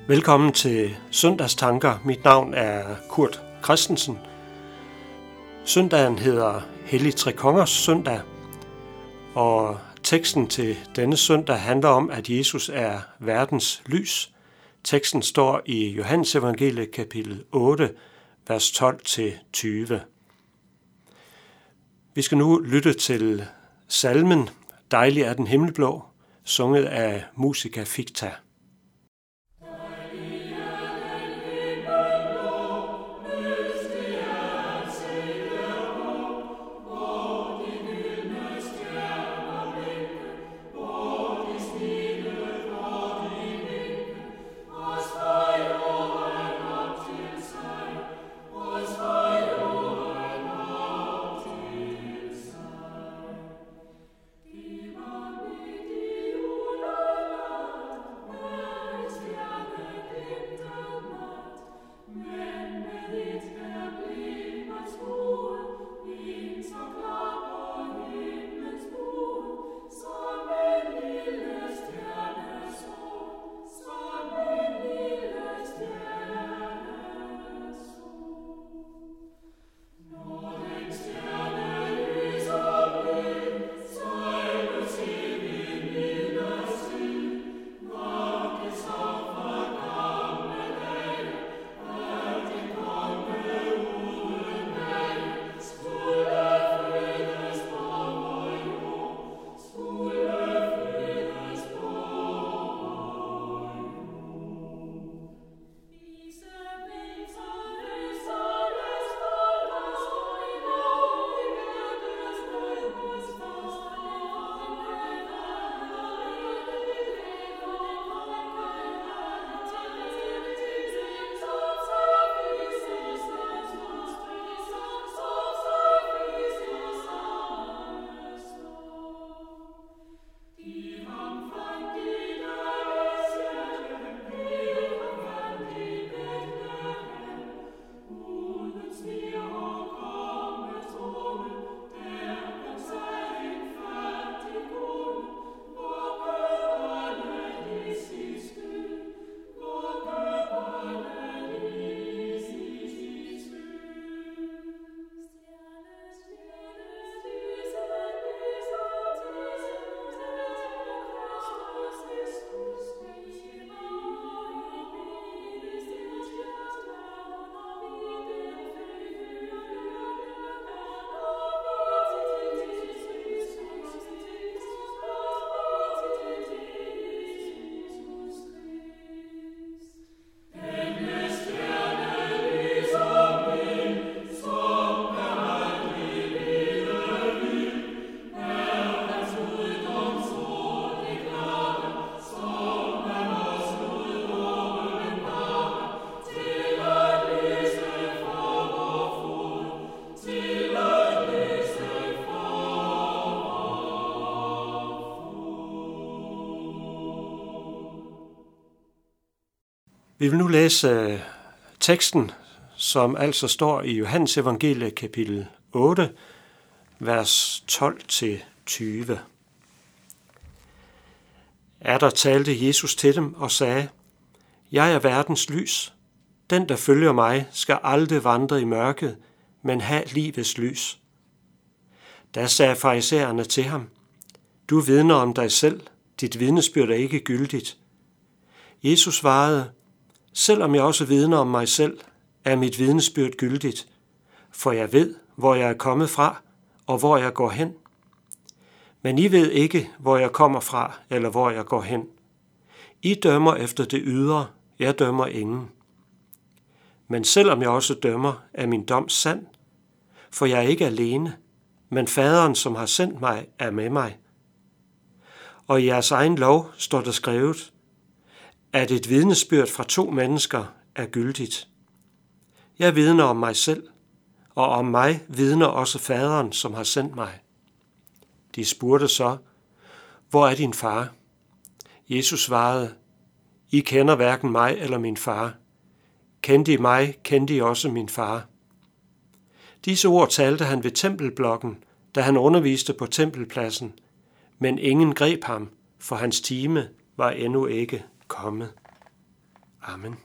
Velkommen til Søndagstanker. Mit navn er Kurt Christensen. Søndagen hedder Hellig Trekongers søndag, og teksten til denne søndag handler om, at Jesus er verdens lys. Teksten står i Johannes evangeliet kapitel 8, vers 12-20. Vi skal nu lytte til salmen Dejlig er den himmelblå, sunget af Musica Ficta. Vi vil nu læse teksten, som altså står i Johannes evangeliet kapitel 8, vers 12-20. Der talte Jesus til dem og sagde: Jeg er verdens lys. Den, der følger mig, skal aldrig vandre i mørket, men have livets lys. Da sagde farisæerne til ham: Du vidner om dig selv, dit vidnesbyrd er ikke gyldigt. Jesus svarede: Selvom jeg også vidner om mig selv, er mit vidnesbyrd gyldigt, for jeg ved, hvor jeg er kommet fra, og hvor jeg går hen. Men I ved ikke, hvor jeg kommer fra, eller hvor jeg går hen. I dømmer efter det ydre, jeg dømmer ingen. Men selvom jeg også dømmer, er min dom sand, for jeg er ikke alene, men faderen, som har sendt mig, er med mig. Og i jeres egen lov står der skrevet, at et vidnesbyrd fra 2 mennesker er gyldigt. Jeg vidner om mig selv, og om mig vidner også faderen, som har sendt mig. De spurgte så: Hvor er din far? Jesus svarede: I kender hverken mig eller min far. Kendte I mig, kendte I også min far. Disse ord talte han ved tempelblokken, da han underviste på tempelpladsen, men ingen greb ham, for hans time var endnu ikke kommet. Amen.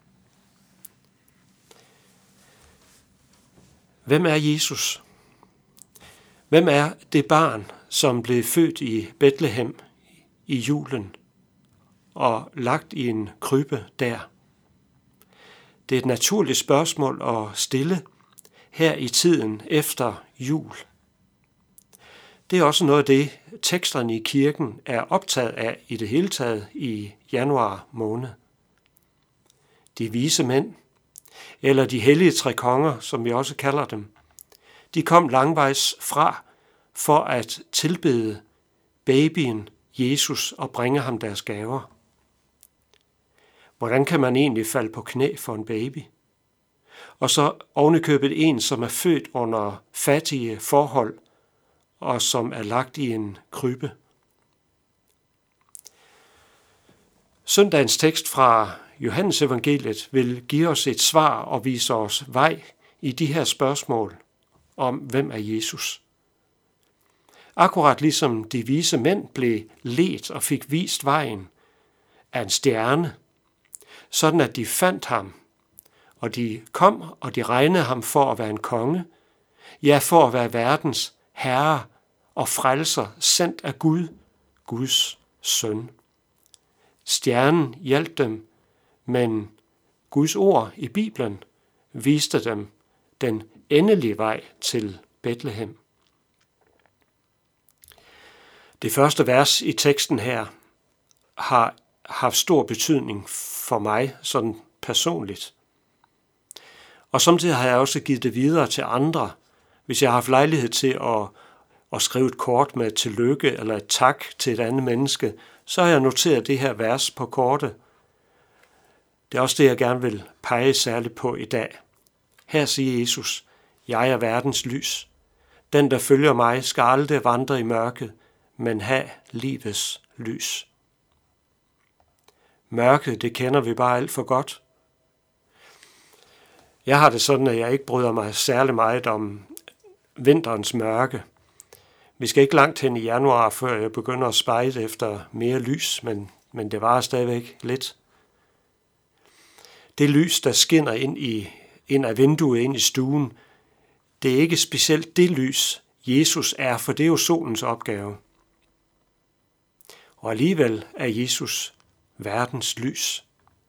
Hvem er Jesus? Hvem er det barn, som blev født i Betlehem i julen og lagt i en krybbe der? Det er et naturligt spørgsmål at stille her i tiden efter jul. Det er også noget af det, teksterne i kirken er optaget af i det hele taget i januar måned. De vise mænd, eller de hellige tre konger, som vi også kalder dem, de kom langvejs fra for at tilbede babyen Jesus og bringe ham deres gaver. Hvordan kan man egentlig falde på knæ for en baby? Og så ovenikøbet en, som er født under fattige forhold, og som er lagt i en krybbe. Søndagens tekst fra Johannes evangeliet vil give os et svar og vise os vej i de her spørgsmål om, hvem er Jesus. Akkurat ligesom de vise mænd blev ledt og fik vist vejen af en stjerne, sådan at de fandt ham, og de kom, og de regnede ham for at være en konge, ja, for at være verdens herre og frelser, sendt af Gud, Guds søn. Stjernen hjalp dem, men Guds ord i Bibelen viste dem den endelige vej til Betlehem. Det første vers i teksten her har haft stor betydning for mig sådan personligt. Og samtidig har jeg også givet det videre til andre, hvis jeg har haft lejlighed til at skrive et kort med tillykke eller et tak til et andet menneske, så har jeg noteret det her vers på kortet. Det er også det, jeg gerne vil pege særligt på i dag. Her siger Jesus, jeg er verdens lys. Den, der følger mig, skal aldrig vandre i mørket, men have livets lys. Mørket, det kender vi bare alt for godt. Jeg har det sådan, at jeg ikke bryder mig særlig meget om vinterens mørke. Vi skal ikke langt hen i januar, før jeg begynder at spejde efter mere lys, men det varer stadigvæk lidt. Det lys, der skinner ind af vinduet ind i stuen, det er ikke specielt det lys, Jesus er, for det er jo solens opgave. Og alligevel er Jesus verdens lys.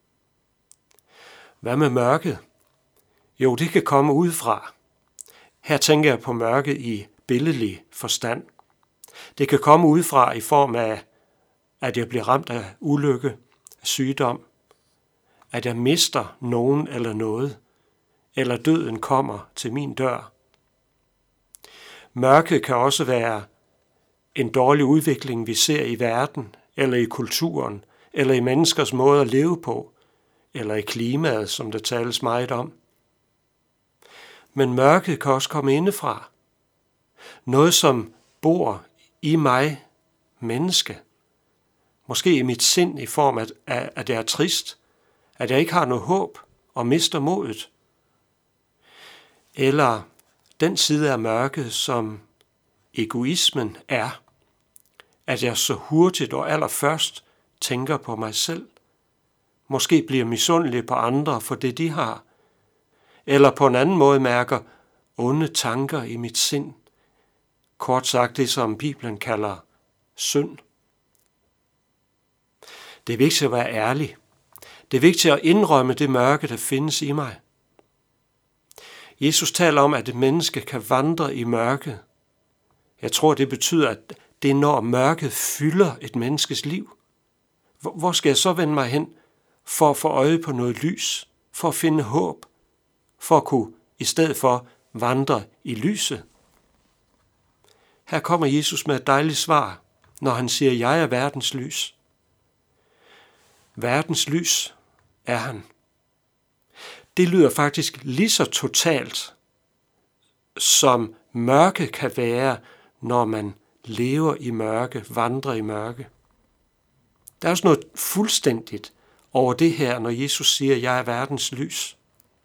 Hvad med mørket? Jo, det kan komme udefra. Her tænker jeg på mørket i billedlig forstand. Det kan komme udefra i form af, at jeg bliver ramt af ulykke, af sygdom, at jeg mister nogen eller noget, eller døden kommer til min dør. Mørket kan også være en dårlig udvikling, vi ser i verden, eller i kulturen, eller i menneskers måde at leve på, eller i klimaet, som der tales meget om. Men mørket kan også komme indefra. Noget, som bor i mig, menneske. Måske i mit sind i form af, at jeg er trist, at jeg ikke har noget håb og mister modet. Eller den side af mørket, som egoismen er, at jeg så hurtigt og allerførst tænker på mig selv. Måske bliver misundelig på andre for det, de har. Eller på en anden måde mærker onde tanker i mit sind. Kort sagt det, som Bibelen kalder synd. Det er vigtigt at være ærlig. Det er vigtigt at indrømme det mørke, der findes i mig. Jesus taler om, at et menneske kan vandre i mørket. Jeg tror, det betyder, at det er, når mørket fylder et menneskes liv. Hvor skal jeg så vende mig hen for at få øje på noget lys, for at finde håb, for at kunne i stedet for vandre i lyset? Her kommer Jesus med et dejligt svar, når han siger, jeg er verdens lys. Verdens lys er han. Det lyder faktisk lige så totalt, som mørke kan være, når man lever i mørke, vandrer i mørke. Der er også noget fuldstændigt over det her, når Jesus siger, jeg er verdens lys.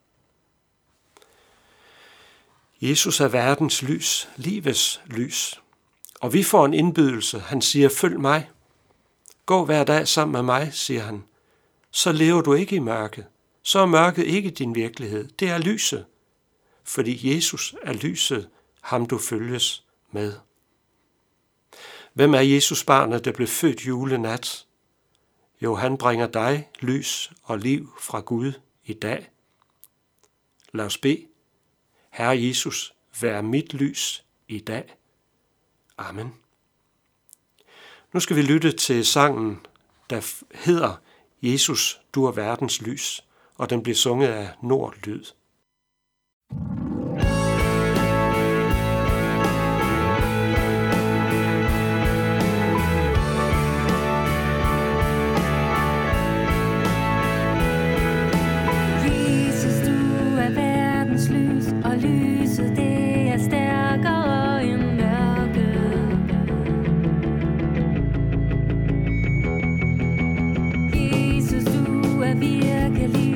Jesus er verdens lys, livets lys. Og vi får en indbydelse. Han siger, følg mig. Gå hver dag sammen med mig, siger han. så lever du ikke i mørket. Så er mørket ikke din virkelighed. Det er lyset. Fordi Jesus er lyset, ham du følges med. Hvem er Jesus barnet, der blev født julenat? Jo, han bringer dig lys og liv fra Gud i dag. Lad os bede. Herre Jesus, vær mit lys i dag. Amen. Nu skal vi lytte til sangen, der hedder Jesus, du er verdens lys, og den bliver sunget af Nordlyd. Virkelig